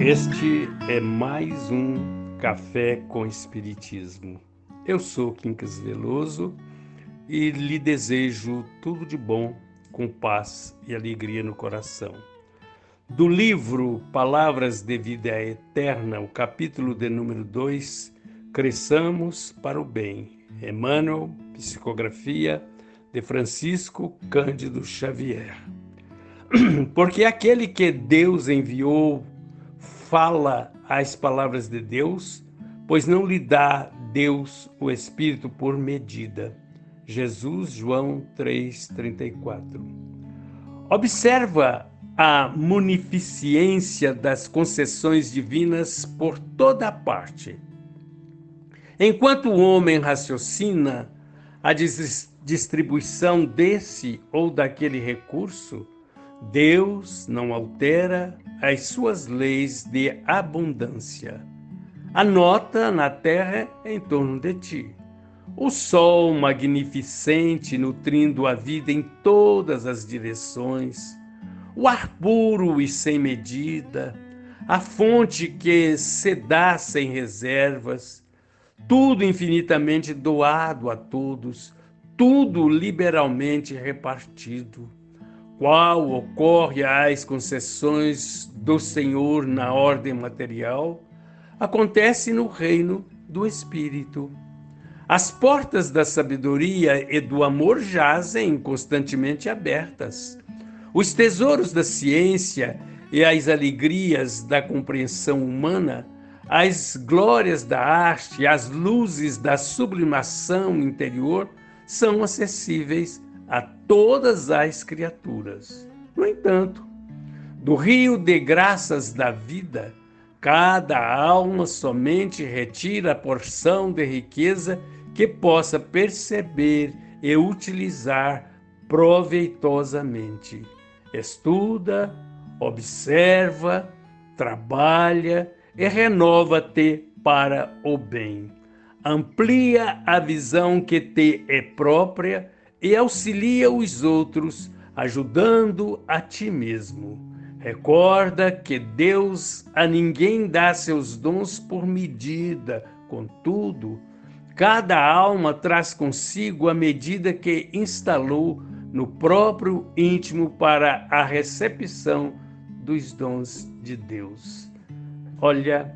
Este é mais um Café com Espiritismo. Eu sou Quincas Veloso e lhe desejo tudo de bom, com paz e alegria no coração. Do livro Palavras de Vida Eterna, o capítulo de número 2, Cresçamos para o Bem. Emmanuel, psicografia de Francisco Cândido Xavier. Porque aquele que Deus enviou fala as palavras de Deus, pois não lhe dá Deus o Espírito por medida. Jesus, João 3,34. Observa a munificência das concessões divinas por toda a parte. Enquanto o homem raciocina a distribuição desse ou daquele recurso, Deus não altera as suas leis de abundância. Anota na terra em torno de ti. O sol magnificente nutrindo a vida em todas as direções, o ar puro e sem medida, a fonte que se dá sem reservas, tudo infinitamente doado a todos, tudo liberalmente repartido. Qual ocorre às concessões do Senhor na ordem material, acontece no reino do Espírito. As portas da sabedoria e do amor jazem constantemente abertas. Os tesouros da ciência e as alegrias da compreensão humana, as glórias da arte, as luzes da sublimação interior são acessíveis a todas as criaturas. No entanto, do rio de graças da vida, cada alma somente retira a porção de riqueza que possa perceber e utilizar proveitosamente. Estuda, observa, trabalha e renova-te para o bem. Amplia a visão que te é própria e auxilia os outros, ajudando a ti mesmo. Recorda que Deus a ninguém dá seus dons por medida, contudo, cada alma traz consigo a medida que instalou no próprio íntimo para a recepção dos dons de Deus. Olha,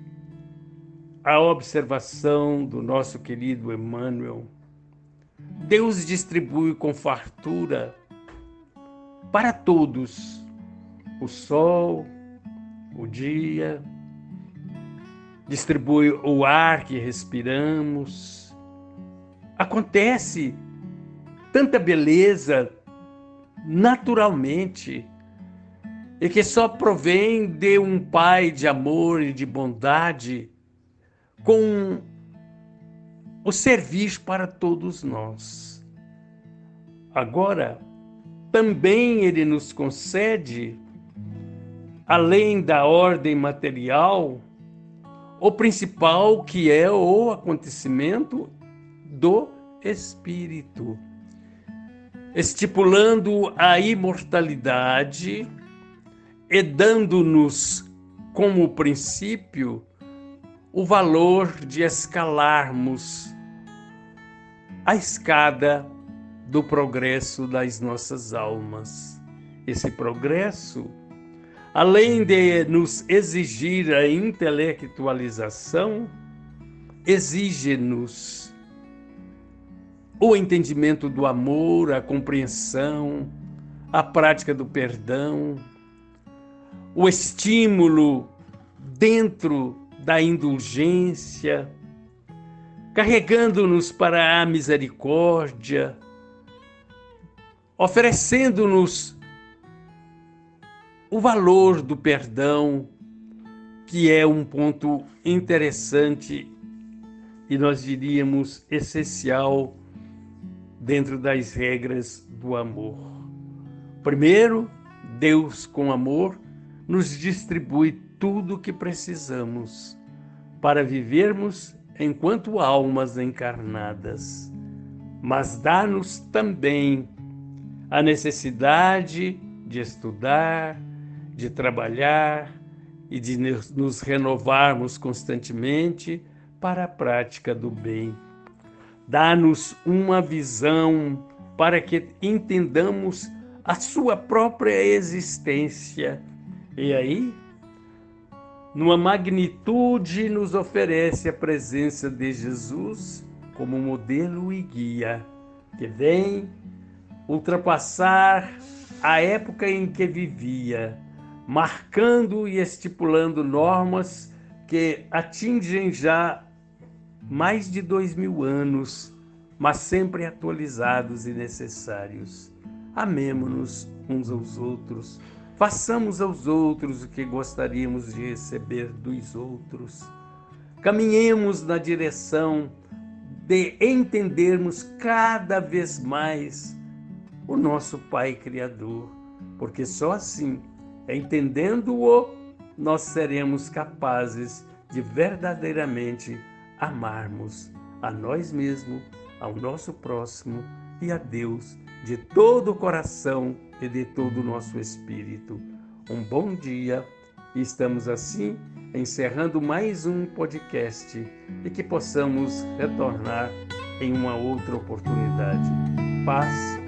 a observação do nosso querido Emmanuel. Deus distribui com fartura para todos o sol, o dia, distribui o ar que respiramos. Acontece tanta beleza naturalmente e que só provém de um Pai de amor e de bondade com o servir para todos nós. Agora, também Ele nos concede, além da ordem material, o principal que é o acontecimento do Espírito, estipulando a imortalidade e dando-nos como princípio o valor de escalarmos a escada do progresso das nossas almas. Esse progresso, além de nos exigir a intelectualização, exige-nos o entendimento do amor, a compreensão, a prática do perdão, o estímulo dentro da indulgência, carregando-nos para a misericórdia, oferecendo-nos o valor do perdão, que é um ponto interessante e nós diríamos essencial dentro das regras do amor. Primeiro, Deus com amor nos distribui tudo o que precisamos para vivermos enquanto almas encarnadas, mas dá-nos também a necessidade de estudar, de trabalhar e de nos renovarmos constantemente para a prática do bem. Dá-nos uma visão para que entendamos a sua própria existência. E aí, numa magnitude, nos oferece a presença de Jesus como modelo e guia, que vem ultrapassar a época em que vivia, marcando e estipulando normas que atingem já mais de 2000 anos, mas sempre atualizados e necessários. Amemo-nos uns aos outros, façamos aos outros o que gostaríamos de receber dos outros. Caminhemos na direção de entendermos cada vez mais o nosso Pai Criador, porque só assim, entendendo-o, nós seremos capazes de verdadeiramente amarmos a nós mesmos, ao nosso próximo e a Deus de todo o coração e de todo o nosso espírito. Um bom dia, e estamos assim encerrando mais um podcast e que possamos retornar em uma outra oportunidade. Paz